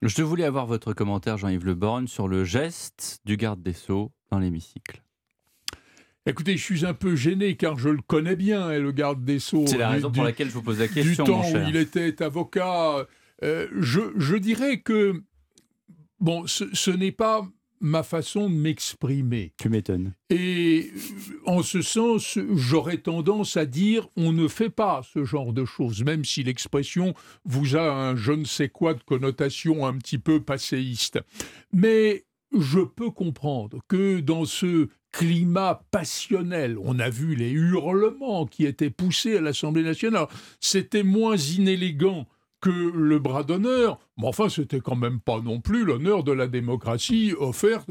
Je voulais avoir votre commentaire, Jean-Yves Le Borgne, sur le geste du garde des Sceaux dans l'hémicycle. Écoutez, je suis un peu gêné car je le connais bien, le garde des Sceaux. C'est la raison pour laquelle je vous pose la Du question, mon temps où cher. il était avocat. Je dirais que, bon, ce n'est pas ma façon de m'exprimer. Tu m'étonnes. Et en ce sens, j'aurais tendance à dire on ne fait pas ce genre de choses, même si l'expression vous a un je ne sais quoi de connotation un petit peu passéiste. Mais je peux comprendre que dans ce climat passionnel, on a vu les hurlements qui étaient poussés à l'Assemblée nationale, c'était moins inélégant que le bras d'honneur, mais enfin c'était quand même pas non plus l'honneur de la démocratie offerte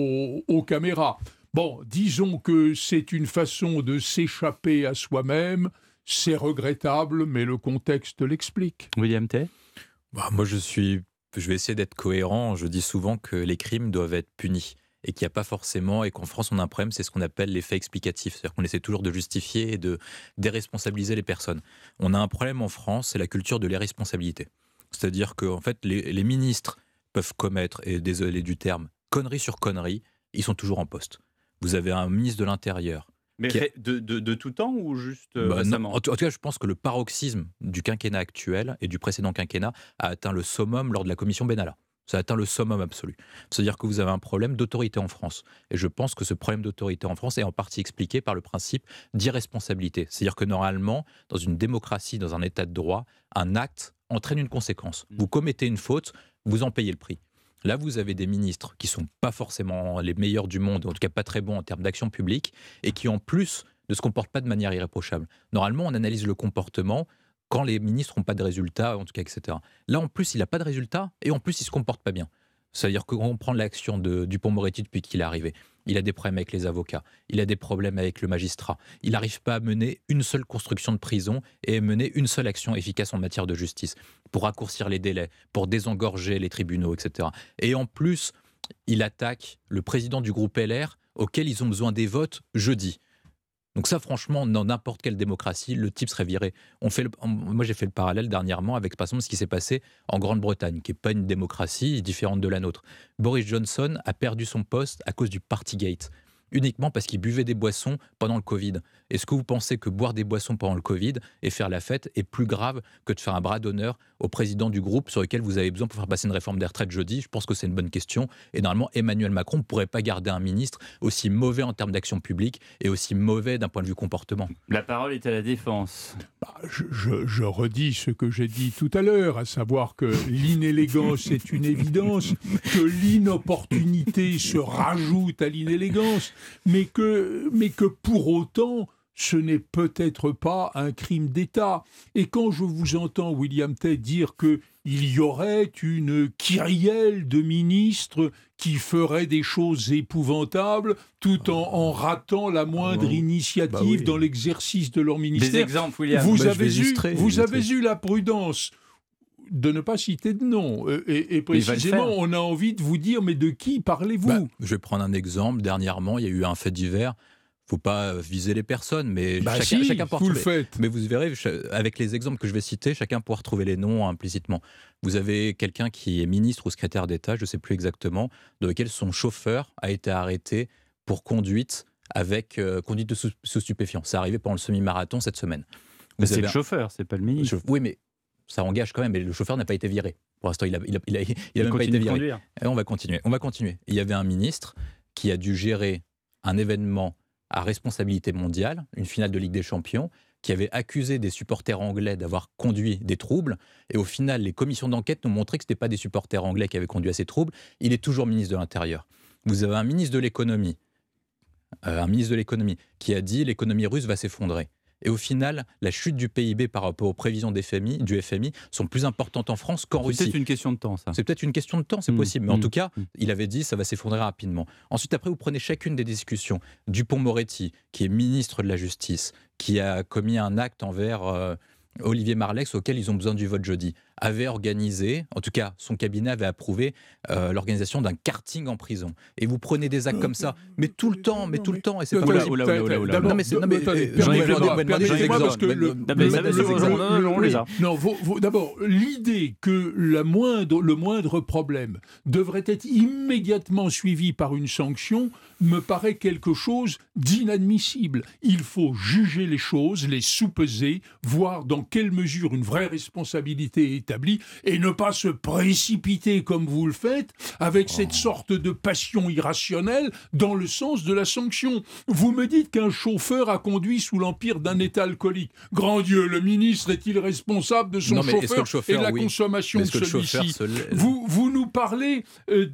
aux caméras. Bon, disons que c'est une façon de s'échapper à soi-même, c'est regrettable, mais le contexte l'explique. William Tay ? Moi, je vais essayer d'être cohérent. Je dis souvent que les crimes doivent être punis et qu'il n'y a pas forcément, et qu'en France, on a un problème, c'est ce qu'on appelle l'effet explicatif. C'est-à-dire qu'on essaie toujours de justifier et de déresponsabiliser les personnes. On a un problème en France, c'est la culture de l'irresponsabilité. C'est-à-dire que en fait, les ministres peuvent commettre, et désolé du terme, conneries sur conneries, ils sont toujours en poste. Vous avez un ministre de l'Intérieur. Mais de tout temps ou juste récemment ? Non, en tout cas, je pense que le paroxysme du quinquennat actuel et du précédent quinquennat a atteint le summum lors de la commission Benalla. Ça a atteint le summum absolu. C'est-à-dire que vous avez un problème d'autorité en France. Et je pense que ce problème d'autorité en France est en partie expliqué par le principe d'irresponsabilité. C'est-à-dire que normalement, dans une démocratie, dans un état de droit, un acte entraîne une conséquence. Vous commettez une faute, vous en payez le prix. Là, vous avez des ministres qui ne sont pas forcément les meilleurs du monde, en tout cas pas très bons en termes d'action publique, et qui en plus ne se comportent pas de manière irréprochable. Normalement, on analyse le comportement quand les ministres n'ont pas de résultats, en tout cas, etc. Là, en plus, il n'a pas de résultats, et en plus, il ne se comporte pas bien. C'est-à-dire que quand on prend l'action de Dupond-Moretti depuis qu'il est arrivé, il a des problèmes avec les avocats, il a des problèmes avec le magistrat, il n'arrive pas à mener une seule construction de prison et à mener une seule action efficace en matière de justice, pour raccourcir les délais, pour désengorger les tribunaux, etc. Et en plus, il attaque le président du groupe LR, auquel ils ont besoin des votes jeudi. Donc ça, franchement, dans n'importe quelle démocratie, le type serait viré. Moi, j'ai fait le parallèle dernièrement avec, par exemple, ce qui s'est passé en Grande-Bretagne, qui n'est pas une démocratie différente de la nôtre. Boris Johnson a perdu son poste à cause du Partygate, uniquement parce qu'il buvait des boissons pendant le Covid. Est-ce que vous pensez que boire des boissons pendant le Covid et faire la fête est plus grave que de faire un bras d'honneur au président du groupe sur lequel vous avez besoin pour faire passer une réforme des retraites jeudi ? Je pense que c'est une bonne question. Et normalement, Emmanuel Macron ne pourrait pas garder un ministre aussi mauvais en termes d'action publique et aussi mauvais d'un point de vue comportement. La parole est à la défense. Je redis ce que j'ai dit tout à l'heure, à savoir que l'inélégance est une évidence, que l'inopportunité se rajoute à l'inélégance, mais que pour autant, ce n'est peut-être pas un crime d'État. Et quand je vous entends, William Tay, dire qu'il y aurait une kyrielle de ministres qui feraient des choses épouvantables tout en ratant la moindre initiative dans l'exercice de leur ministère. Des exemples, William. Vous avez eu la prudence de ne pas citer de nom. Et précisément, on a envie de vous dire, mais de qui parlez-vous ? Je vais prendre un exemple. Dernièrement, il y a eu un fait divers. Il ne faut pas viser les personnes, mais chacun pourra retrouver. Mais vous verrez, avec les exemples que je vais citer, chacun pourra retrouver les noms implicitement. Vous avez quelqu'un qui est ministre ou secrétaire d'État, je ne sais plus exactement, de lequel son chauffeur a été arrêté pour conduite avec conduite de sous stupéfiant. Ça arrivé pendant le semi-marathon cette semaine. C'est le chauffeur, c'est pas le ministre. Oui, mais ça engage quand même. Mais le chauffeur n'a pas été viré. Pour l'instant, il a même pas été viré. Et on va continuer. Il y avait un ministre qui a dû gérer un événement à responsabilité mondiale, une finale de Ligue des Champions, qui avait accusé des supporters anglais d'avoir conduit des troubles. Et au final, les commissions d'enquête nous montraient que ce n'étaient pas des supporters anglais qui avaient conduit à ces troubles. Il est toujours ministre de l'Intérieur. Vous avez un ministre de l'économie qui a dit l'économie russe va s'effondrer. Et au final, la chute du PIB par rapport aux prévisions du FMI sont plus importantes en France qu'en Russie. C'est peut-être une question de temps, ça. C'est peut-être une question de temps, c'est possible. Mais en tout cas, il avait dit ça va s'effondrer rapidement. Ensuite, après, vous prenez chacune des discussions. Dupond-Moretti, qui est ministre de la Justice, qui a commis un acte envers Olivier Marleix, auquel ils ont besoin du vote jeudi. avait organisé, en tout cas son cabinet avait approuvé l'organisation d'un karting en prison. Et vous prenez des actes comme ça, mais tout le temps, et c'est pas possible. Non, mais permettez-moi parce que d'abord, l'idée que le moindre problème devrait être immédiatement suivi par une sanction me paraît quelque chose d'inadmissible. Il faut juger les choses, les sous-peser, voir dans quelle mesure une vraie responsabilité est établie et ne pas se précipiter comme vous le faites avec cette sorte de passion irrationnelle dans le sens de la sanction. Vous me dites qu'un chauffeur a conduit sous l'empire d'un état alcoolique. Grand Dieu, le ministre est-il responsable de son chauffeur et de la consommation de celui-ci? Vous nous parlez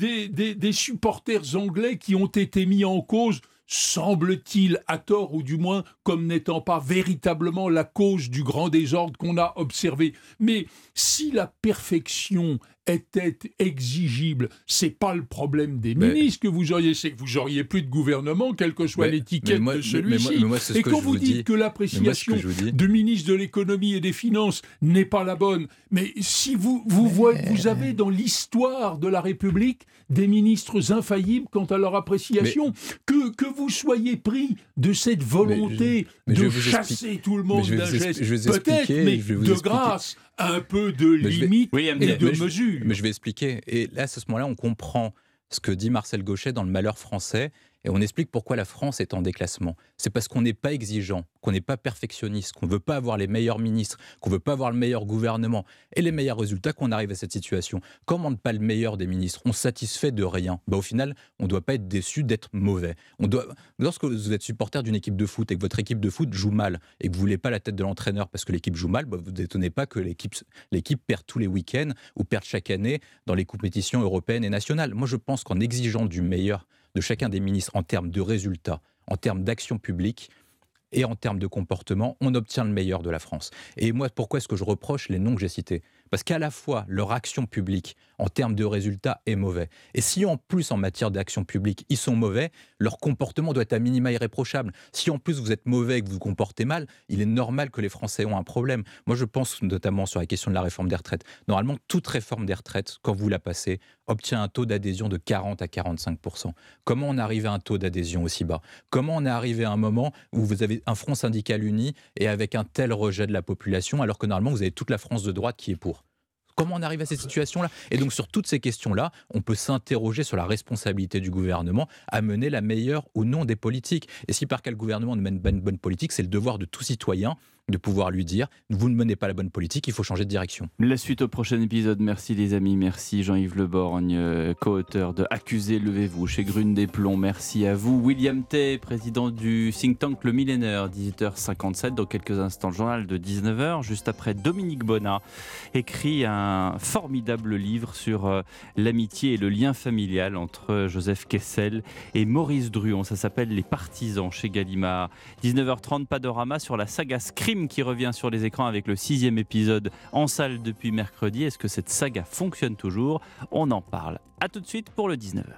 des supporters anglais qui ont été mis en cause, semble-t-il, à tort ou du moins comme n'étant pas véritablement la cause du grand désordre qu'on a observé. Mais si la perfection était exigible, c'est pas le problème des ministres que vous auriez, c'est que vous auriez plus de gouvernement, quelle que soit l'étiquette de celui-ci. Et quand vous dites que l'appréciation du ministre de l'économie et des finances n'est pas la bonne, mais si vous avez dans l'histoire de la République des ministres infaillibles quant à leur appréciation, que vous soyez pris de cette volonté de chasser tout le monde d'un geste, peut-être, mais de grâce, un peu de limite et de mesure. Mais je vais expliquer. Et là, à ce moment-là, on comprend ce que dit Marcel Gauchet dans Le Malheur français, et on explique pourquoi la France est en déclassement. C'est parce qu'on n'est pas exigeant, qu'on n'est pas perfectionniste, qu'on ne veut pas avoir les meilleurs ministres, qu'on ne veut pas avoir le meilleur gouvernement et les meilleurs résultats, qu'on arrive à cette situation. Comment ne pas le meilleur des ministres? On se satisfait de rien. Au final, on ne doit pas être déçu d'être mauvais. Lorsque vous êtes supporter d'une équipe de foot et que votre équipe de foot joue mal et que vous ne voulez pas la tête de l'entraîneur parce que l'équipe joue mal, vous ne étonnez pas que l'équipe perde tous les week-ends ou perde chaque année dans les compétitions européennes et nationales. Moi, je pense qu'en exigeant du meilleur de chacun des ministres en termes de résultats, en termes d'action publique et en termes de comportement, on obtient le meilleur de la France. Et moi, pourquoi est-ce que je reproche les noms que j'ai cités? Parce qu'à la fois, leur action publique, en termes de résultats, est mauvais. Et si en plus, en matière d'action publique, ils sont mauvais, leur comportement doit être à minima irréprochable. Si en plus vous êtes mauvais et que vous vous comportez mal, il est normal que les Français ont un problème. Moi, je pense notamment sur la question de la réforme des retraites. Normalement, toute réforme des retraites, quand vous la passez, obtient un taux d'adhésion de 40 à 45%. Comment on arrive à un taux d'adhésion aussi bas? Comment on est arrivé à un moment où vous avez un front syndical uni et avec un tel rejet de la population, alors que normalement, vous avez toute la France de droite qui est pour? Comment on arrive à cette situation-là? Et donc, sur toutes ces questions-là, on peut s'interroger sur la responsabilité du gouvernement à mener la meilleure ou non des politiques. Et si par cas le gouvernement ne mène pas une bonne politique, c'est le devoir de tout citoyen de pouvoir lui dire « vous ne menez pas la bonne politique, il faut changer de direction ». La suite au prochain épisode. Merci les amis, merci Jean-Yves Le Borgne, co-auteur de Accusé, levez-vous chez Grune des Plombs. Merci à vous. William Tay, président du think tank Le Millénaire, 18h57. Dans quelques instants, le journal de 19h. Juste après, Dominique Bonnat écrit un formidable livre sur l'amitié et le lien familial entre Joseph Kessel et Maurice Druon. Ça s'appelle Les Partisans chez Gallimard. 19h30, Panorama sur la saga Scream qui revient sur les écrans avec le 6e épisode en salle depuis mercredi. Est-ce que cette saga fonctionne toujours? On en parle. A tout de suite pour le 19h.